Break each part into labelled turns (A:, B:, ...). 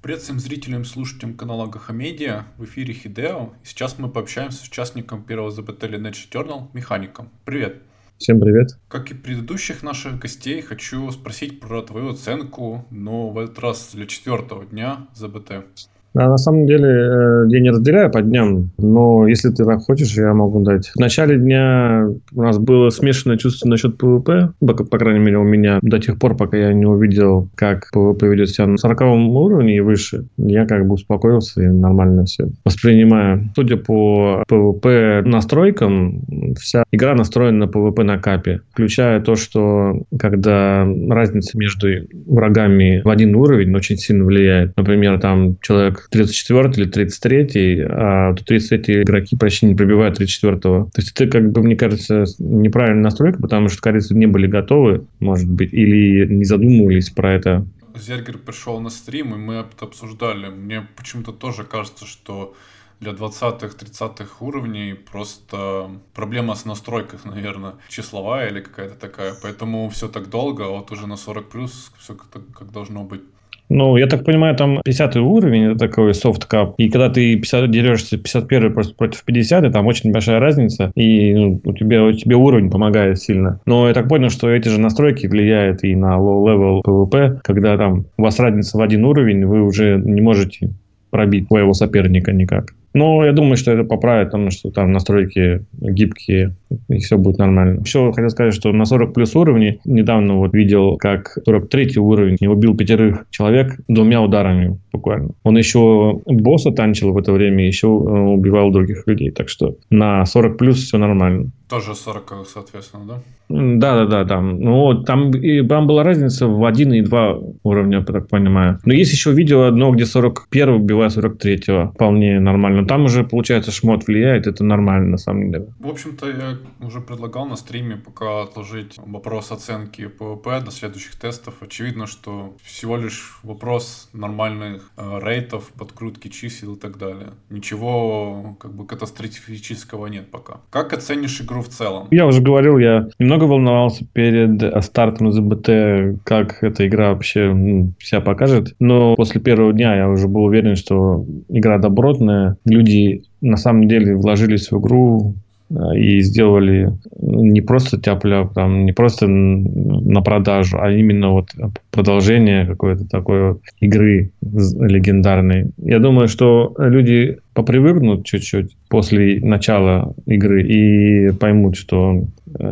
A: Привет всем зрителям и слушателям канала Гахамедиа. В эфире Хидео. И сейчас мы пообщаемся с участником первого ЗБТ Lineage Eternal, Механиком. Привет.
B: Всем привет.
A: Как и предыдущих наших гостей, хочу спросить про твою оценку, но в этот раз для 4-го дня ЗБТ.
B: На самом деле, я не разделяю по дням, но если ты так хочешь, я могу дать. В начале дня у нас было смешанное чувство насчет ПВП, по крайней мере, у меня до тех пор, пока я не увидел, как ПВП ведет себя на 40-м уровне и выше, я как бы успокоился и нормально все воспринимаю. Судя по ПВП настройкам, вся игра настроена на ПВП на капе, включая то, что когда разница между врагами в один уровень очень сильно влияет. Например, там человек 34 или 33, а 33 игроки почти не пробивают 34-го. То есть это, как бы, мне кажется, неправильная настройка, потому что, кажется, не были готовы, может быть, или не задумывались про это.
A: Зергер пришел на стрим, и мы это обсуждали. Мне почему-то тоже кажется, что для 20-30 уровней просто проблема с настройкой, наверное, числовая или какая-то такая. Поэтому все так долго, а вот уже на 40 плюс все как должно быть.
B: Ну, я так понимаю, там 50 уровень, это такой софт-кап. И когда ты дерешься 51 просто против 50, там очень большая разница. И тебе уровень помогает сильно. Но я так понял, что эти же настройки влияют и на low-level PvP. Когда там у вас разница в один уровень, вы уже не можете пробить своего соперника никак. Но я думаю, что это поправит, потому что там настройки гибкие, и все будет нормально. Еще хотел сказать, что на 40 плюс уровне недавно вот видел, как 43 уровень не убил 5 человек 2 ударами буквально. Он еще босса танчил в это время, еще убивал других людей. Так что на 40 плюс все нормально.
A: Тоже 40, соответственно, да?
B: Да. Там была разница в 1 и 2 уровня, я так понимаю. Но есть еще видео одно, где 41 убивает 43-го. Вполне нормально. Там уже, получается, шмот влияет. Это нормально, на самом деле.
A: В общем-то, я уже предлагал на стриме пока отложить вопрос оценки ПВП до следующих тестов. Очевидно, что всего лишь вопрос нормальных рейтов, подкрутки чисел и так далее. Ничего как бы катастрофического нет пока. Как оценишь игру в целом?
B: Я уже говорил, я немного волновался перед стартом ЗБТ, как эта игра вообще себя покажет. Но после первого дня я уже был уверен, что игра добротная. Люди на самом деле вложились в игру и сделали не просто тяп-ляп, там, не просто на продажу, а именно вот продолжение какой-то такой вот игры легендарной. Я думаю, что люди попривыкнут чуть-чуть после начала игры и поймут, что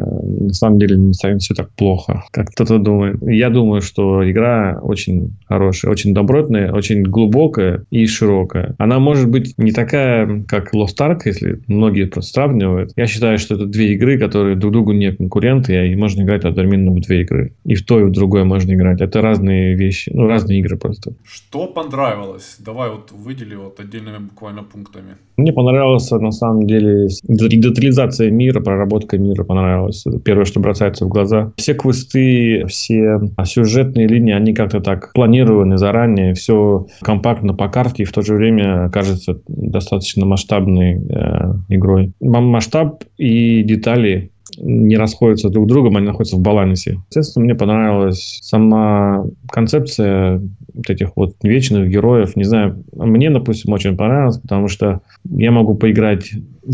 B: на самом деле не все так плохо, как кто-то думает. Я думаю, что игра очень хорошая, очень добротная, очень глубокая и широкая. Она может быть не такая, как Lost Ark, если многие просто сравнивают. Я считаю, что это две игры, которые друг другу не конкуренты, и можно играть одновременно в две игры. И в то, и в другое можно играть. Это разные вещи, разные игры просто.
A: Что понравилось? Давай вот выдели вот отдельными буквально пунктами.
B: Мне понравилась, на самом деле, детализация мира, проработка мира понравилась. Первое, что бросается в глаза. Все квесты, все сюжетные линии, они как-то так планированы заранее, все компактно по карте, и в то же время кажется достаточно масштабной игрой. Масштаб и детали не расходятся друг с другом, они находятся в балансе. Естественно, мне понравилась сама концепция вот этих вот вечных героев. Не знаю, мне, допустим, очень понравилось, потому что я могу поиграть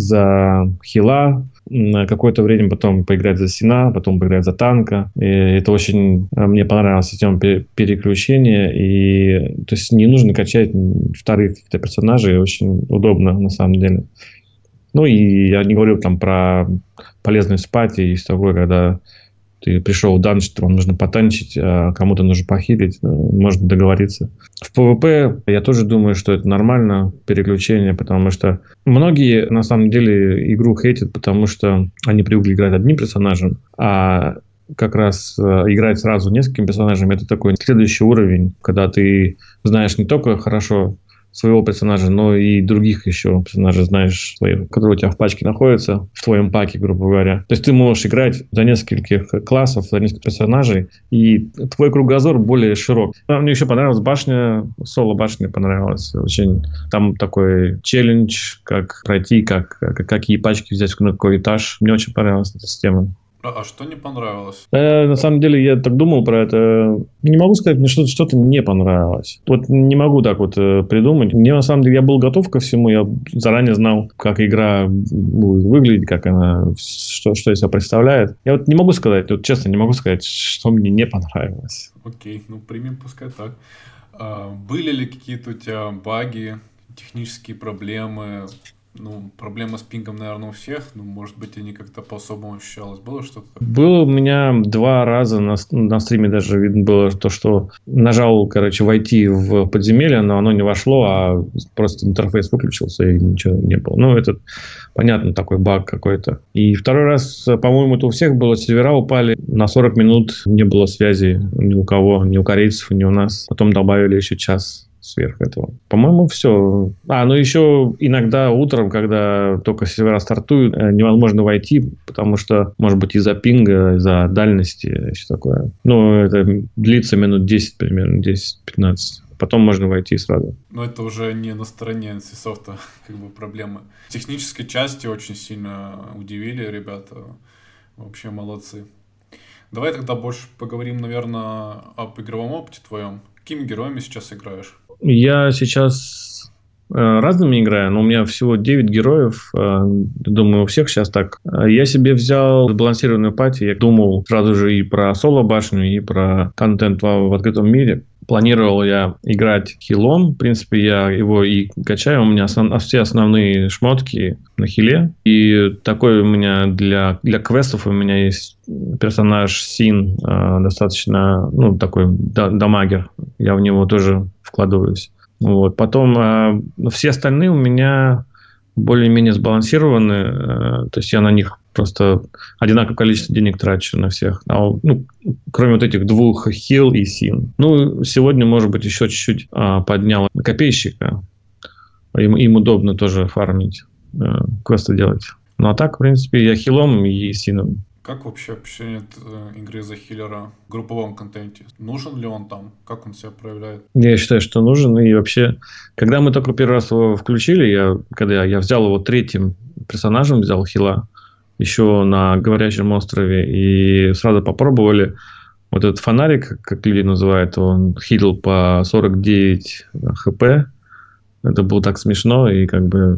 B: за хила на какое-то время, потом поиграть за Сина, потом поиграть за танка. И это очень мне понравилась система переключения. И то есть не нужно качать вторых каких-то персонажей. Очень удобно на самом деле. Ну, и я не говорю там про полезность спать и такое, когда ты пришел в данж, вам нужно потанчить, а кому-то нужно похилить, можно договориться. В PvP я тоже думаю, что это нормально, переключение, потому что многие, на самом деле, игру хейтят, потому что они привыкли играть одним персонажем, а как раз играть сразу несколькими персонажами, это такой следующий уровень, когда ты знаешь не только хорошо своего персонажа, но и других еще персонажей знаешь, которые у тебя в пачке находятся, в твоем паке, грубо говоря. То есть ты можешь играть за нескольких классов, за нескольких персонажей, и твой кругозор более широк. Мне еще понравилась башня, соло-башня понравилась. Очень там такой челлендж, как пройти, какие пачки взять, на какой этаж. Мне очень понравилась эта система.
A: А что не понравилось?
B: На самом деле, я так думал про это. Не могу сказать, мне что-то не понравилось. Вот не могу так вот придумать. Мне, на самом деле, я был готов ко всему. Я заранее знал, как игра будет выглядеть, как она, что из себя представляет. Я вот не могу сказать, вот честно, не могу сказать, что мне не понравилось.
A: Окей, ну примем пускай так. Были ли какие-то у тебя баги, технические проблемы? Ну, проблема с пингом, наверное, у всех. Ну, может быть, они как-то по-особому ощущалось. Было что-то такое?
B: Было у меня 2 раза на стриме даже видно было то, что нажал, войти в подземелье, но оно не вошло, а просто интерфейс выключился и ничего не было. Ну, это, понятно, такой баг какой-то. И второй раз, по-моему, это у всех было, сервера упали. На 40 минут не было связи ни у кого, ни у корейцев, ни у нас. Потом добавили еще час сверх этого. По-моему, все. Ну еще иногда утром, когда только сервера стартуют, невозможно войти, потому что, может быть, из-за пинга, из-за дальности, все такое. Ну, это длится минут 10 примерно, 10-15. Потом можно войти сразу.
A: Но это уже не на стороне NCSoft, проблемы. В технической части очень сильно удивили ребята. Вообще молодцы. Давай тогда больше поговорим, наверное, об игровом опыте твоем. Какими героями сейчас играешь?
B: Я сейчас разными играю, но у меня всего 9 героев. Думаю, у всех сейчас так. Я себе взял сбалансированную пати. Я думал сразу же и про соло-башню, и про контент в открытом мире. Планировал я играть хилом. В принципе, я его и качаю. У меня все основные шмотки на хиле. И такой у меня для квестов у меня есть персонаж Син, достаточно, такой дамагер. Я в него тоже вкладываюсь. Вот. Потом все остальные у меня более-менее сбалансированы. То есть я на них просто одинаковое количество денег трачу на всех. Кроме вот этих 2 хил и син. Сегодня, может быть, еще чуть-чуть поднял копейщика. Им удобно тоже фармить, квесты делать. Ну, а так, в принципе, я хилом и сином.
A: Как вообще ощущение от игры за хиллера в групповом контенте? Нужен ли он там? Как он себя проявляет?
B: Я считаю, что нужен. И вообще, когда мы только первый раз его включили, когда я взял его третьим персонажем, взял хила, еще на Говорящем острове, и сразу попробовали. Вот этот фонарик, как люди называют, он хилил по 49 хп. Это было так смешно и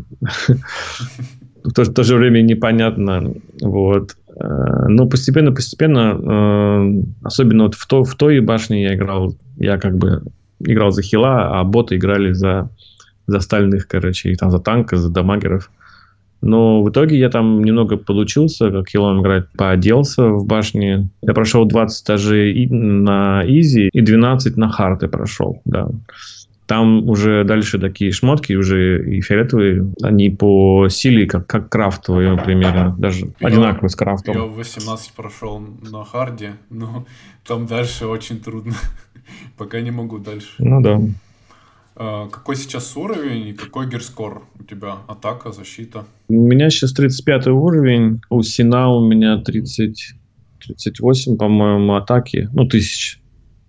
B: в то же время непонятно. Вот. Но постепенно, особенно вот в той башне я играл, я играл за хила, а боты играли за остальных, и там за танка, за дамагеров. Но в итоге я там немного подучился, как хилом играть, пооделся в башне. Я прошел 20 этажей на изи и 12 на хард я прошел, да. Там уже дальше такие шмотки, уже и фиолетовые, они по силе, как крафтовые примерно, даже одинаковые с крафтом.
A: Я 18 прошел на харде, но там дальше очень трудно. Пока не могу дальше.
B: Ну да.
A: Какой сейчас уровень и какой гирскор у тебя? Атака, защита?
B: У меня сейчас 35 уровень, у Сина у меня 38, по-моему, атаки, 1000.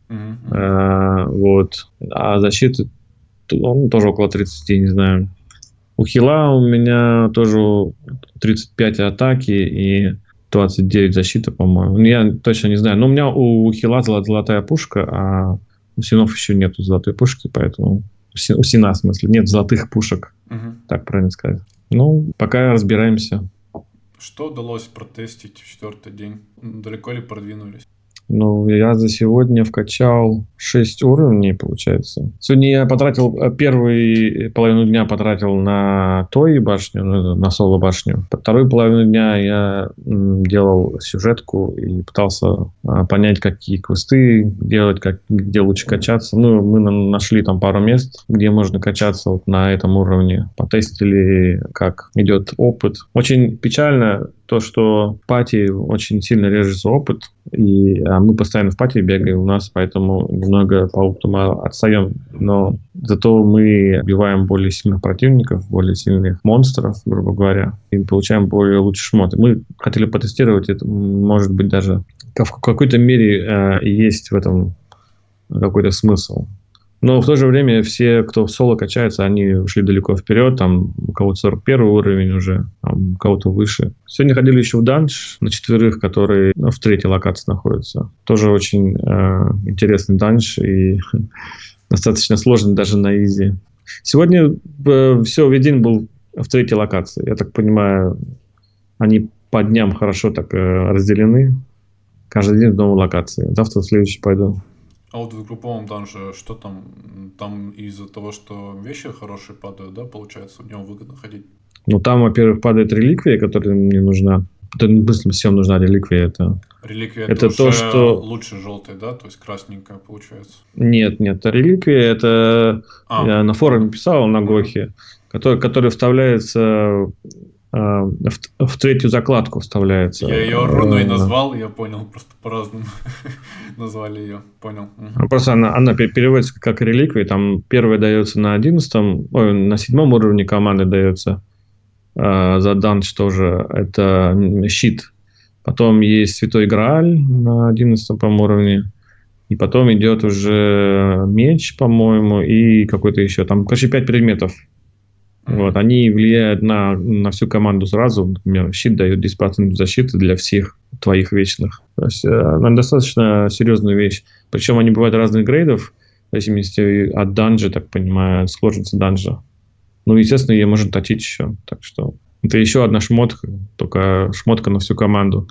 B: Вот. А защита тоже около 30, не знаю. У хила у меня тоже 35 атаки и 29 защита, по-моему. Я точно не знаю. Но у меня у хила золотая пушка, а у Синов еще нету золотой пушки, поэтому... У Сина, в смысле, нет золотых пушек. Так правильно сказать. Пока разбираемся.
A: Что удалось протестить в 4-й день? Далеко ли продвинулись?
B: Я за сегодня вкачал 6 уровней, получается. Сегодня я потратил первую половину дня на той башню, на соло-башню. Вторую половину дня я делал сюжетку и пытался понять, какие квесты делать, где лучше качаться. Мы нашли там пару мест, где можно качаться вот на этом уровне. Потестили, как идет опыт. Очень печально то, что в пати очень сильно режется опыт, и мы постоянно в пати бегаем у нас, поэтому немного по опыту мы отстаем. Но зато мы убиваем более сильных противников, более сильных монстров, грубо говоря, и получаем более лучшие шмоты. Мы хотели потестировать это, может быть, даже в какой-то мере есть в этом какой-то смысл. Но в то же время все, кто в соло качается, они ушли далеко вперед. Там у кого-то 41 уровень уже, там у кого-то выше. Сегодня ходили еще в данж на 4, который в третьей локации находится. Тоже очень интересный данж и достаточно сложный даже на изи. Сегодня все, весь день был в третьей локации. Я так понимаю, они по дням хорошо так разделены. Каждый день в новой локации. Завтра в следующий пойду.
A: А вот в групповом данже что там? Там из-за того, что вещи хорошие падают, да, получается, в него выгодно ходить?
B: Ну, там, во-первых, падает реликвия, которая мне нужна. Это мыслям всем нужна реликвия.
A: Реликвия
B: это
A: уже
B: то, что
A: лучше желтой, да? То есть красненькая получается?
B: Нет. Реликвия это я на форуме писал, на Гохе, который вставляется в третью закладку вставляется.
A: Я ее руной назвал, я понял, просто по-разному назвали ее, понял.
B: Просто она переводится как реликвия, там первая дается на 11-м, на 7-м уровне команды дается за данж тоже, это щит. Потом есть Святой Грааль на 11-м, по-моему, уровне. И потом идет уже меч, по-моему, и какой-то еще. Там, короче, 5 предметов. Вот, они влияют на всю команду сразу. Например, щит дает 10% защиты для всех твоих вечных. То есть, она достаточно серьезная вещь. Причем они бывают разных грейдов, в зависимости от данжа, так понимаю, от сложности данжа. Ну, естественно, ее можно точить еще. Так что это еще одна шмотка, только шмотка на всю команду.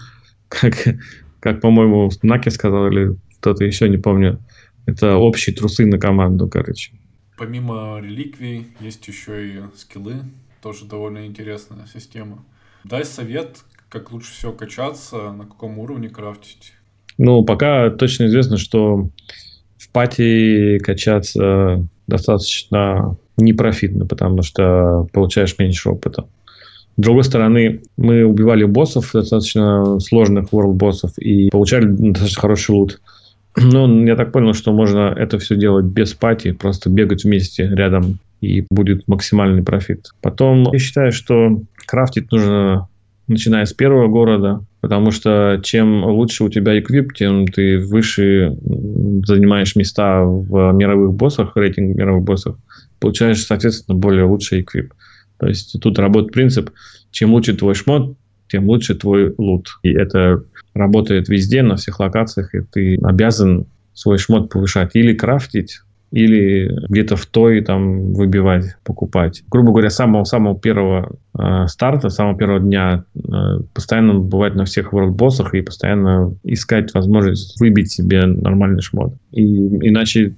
B: Как по-моему, Наки сказал, или кто-то еще, не помню. Это общие трусы на команду, короче.
A: Помимо реликвий, есть еще и скиллы. Тоже довольно интересная система. Дай совет, как лучше всего качаться, на каком уровне крафтить.
B: Ну, пока точно известно, что в пати качаться достаточно непрофитно, потому что получаешь меньше опыта. С другой стороны, мы убивали боссов, достаточно сложных world-боссов, и получали достаточно хороший лут. Но я так понял, что можно это все делать без пати, просто бегать вместе рядом, и будет максимальный профит. Потом я считаю, что крафтить нужно, начиная с первого города, потому что чем лучше у тебя эквип, тем ты выше занимаешь места в мировых боссах, рейтинг мировых боссов, получаешь, соответственно, более лучший эквип. То есть тут работает принцип, чем лучше твой шмот, тем лучше твой лут. И это работает везде, на всех локациях, и ты обязан свой шмот повышать. Или крафтить, или где-то в той там выбивать, покупать. Грубо говоря, с самого первого старта, с самого первого дня постоянно бывать на всех world-боссах и постоянно искать возможность выбить себе нормальный шмот. И иначе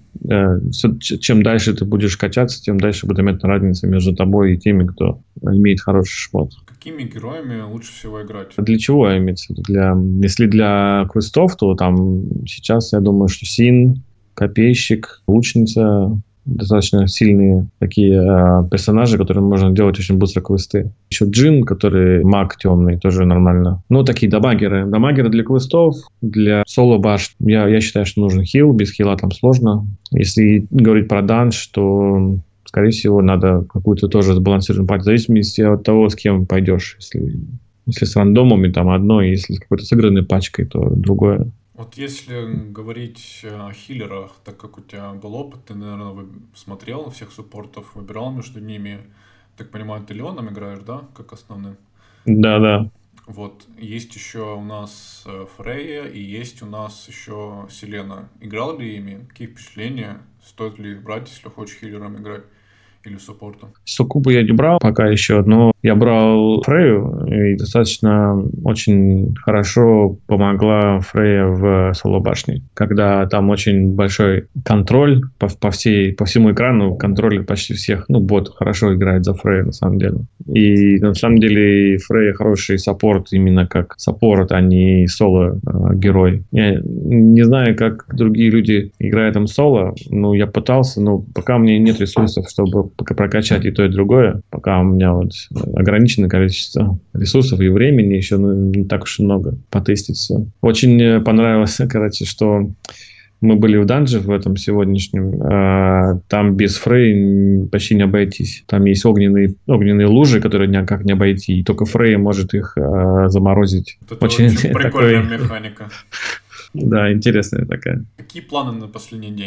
B: чем дальше ты будешь качаться, тем дальше будет заметна разница между тобой и теми, кто имеет хороший шмот.
A: Какими героями лучше всего играть?
B: Для чего имеется? Если для квестов, то там сейчас, я думаю, что Син, Копейщик, Лучница, достаточно сильные такие персонажи, которым можно делать очень быстро квесты. Еще Джин, который маг темный, тоже нормально. Ну, такие дамагеры. Дамагеры для квестов, для соло-баш. Я считаю, что нужен хил. Без хила там сложно. Если говорить про данж, то, скорее всего, надо какую-то тоже сбалансированную пати. В зависимости от того, с кем пойдешь. Если с рандомами, там одно, если с какой-то сыгранной пачкой, то другое.
A: Вот если говорить о хиллерах, так как у тебя был опыт, ты, наверное, смотрел всех суппортов, выбирал между ними. Так понимаю, ты Леоном играешь, да, как основным?
B: Да.
A: Вот, есть еще у нас Фрейя и есть у нас еще Селена. Играл ли ими? Какие впечатления? Стоит ли их брать, если хочешь хиллером играть? Или суппортом?
B: Суккубу я не брал пока еще, но я брал Фрейю, и достаточно очень хорошо помогла Фрейя в соло-башне, когда там очень большой контроль по всему экрану, контроль почти всех, бот хорошо играет за Фрейю на самом деле. И на самом деле Фрейя хороший саппорт именно как саппорт, а не соло-герой. Я не знаю, как другие люди играют там соло, но я пытался, но пока у меня нет ресурсов, чтобы прокачать и то, и другое, пока у меня ограниченное количество ресурсов и времени еще не так уж и много потестить все. Очень понравилось, что мы были в данже в этом сегодняшнем, там без Фрей почти не обойтись. Там есть огненные лужи, которые никак не обойти, и только Фрей может их заморозить.
A: Это очень прикольная механика.
B: Да, интересная такая.
A: Какие планы на последний день?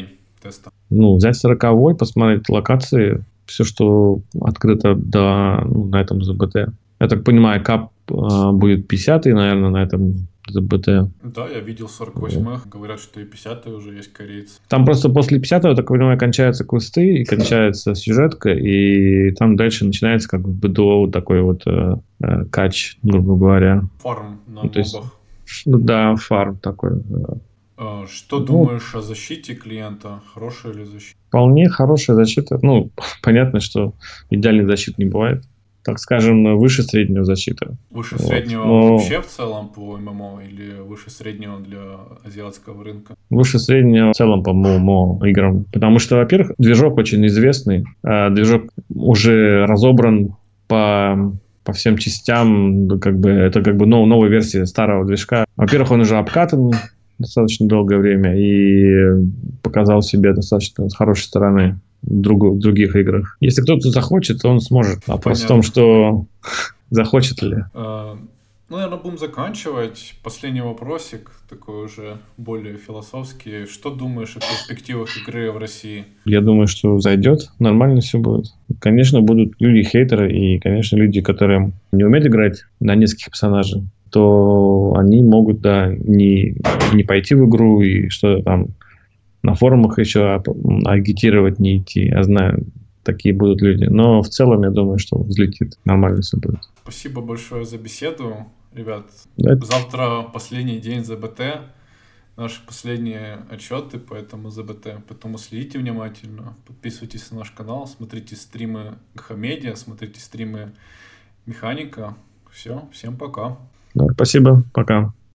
A: теста?
B: Ну, взять 40-й, посмотреть локации, все, что открыто на этом ЗБТ. Я так понимаю, кап будет 50-й, наверное, на этом ЗБТ.
A: Да, я видел 48-х. Говорят, что и 50-е уже есть корейцы.
B: Там просто после 50-го, я так понимаю, кончаются квесты и кончается сюжетка, и там дальше начинается как бы БДО, такой вот кач, грубо говоря.
A: Фарм на
B: То есть,
A: мобах.
B: да, фарм такой.
A: Что думаешь о защите клиента? Хорошая ли защита?
B: Вполне хорошая защита. Ну, понятно, что идеальной защиты не бывает. Так скажем, выше среднего защита.
A: Выше среднего вообще в целом по ММО или выше среднего для азиатского рынка?
B: Выше среднего в целом по ММО играм. Потому что, во-первых, движок очень известный. Движок уже разобран по всем частям. Как бы, это как бы новая версия старого движка. Во-первых, он уже обкатан достаточно долгое время и показал себя достаточно с хорошей стороны в других играх. Если кто-то захочет, он сможет. Вопрос в том, что захочет ли.
A: Наверное, будем заканчивать. Последний вопросик, такой уже более философский. Что думаешь о перспективах игры в России?
B: Я думаю, что зайдет, нормально все будет. Конечно, будут люди-хейтеры и, конечно, люди, которые не умеют играть на нескольких персонажей, то они могут, да, не пойти в игру и что-то там на форумах еще агитировать, не идти. Я знаю, такие будут люди. Но в целом, я думаю, что взлетит. Нормально все будет.
A: Спасибо большое за беседу. Ребят,
B: да.
A: Завтра последний день ЗБТ. Наши последние отчеты по этому ЗБТ. Поэтому следите внимательно. Подписывайтесь на наш канал. Смотрите стримы Гхамедиа. Смотрите стримы Механика. Все. Всем пока.
B: Да, спасибо. Пока.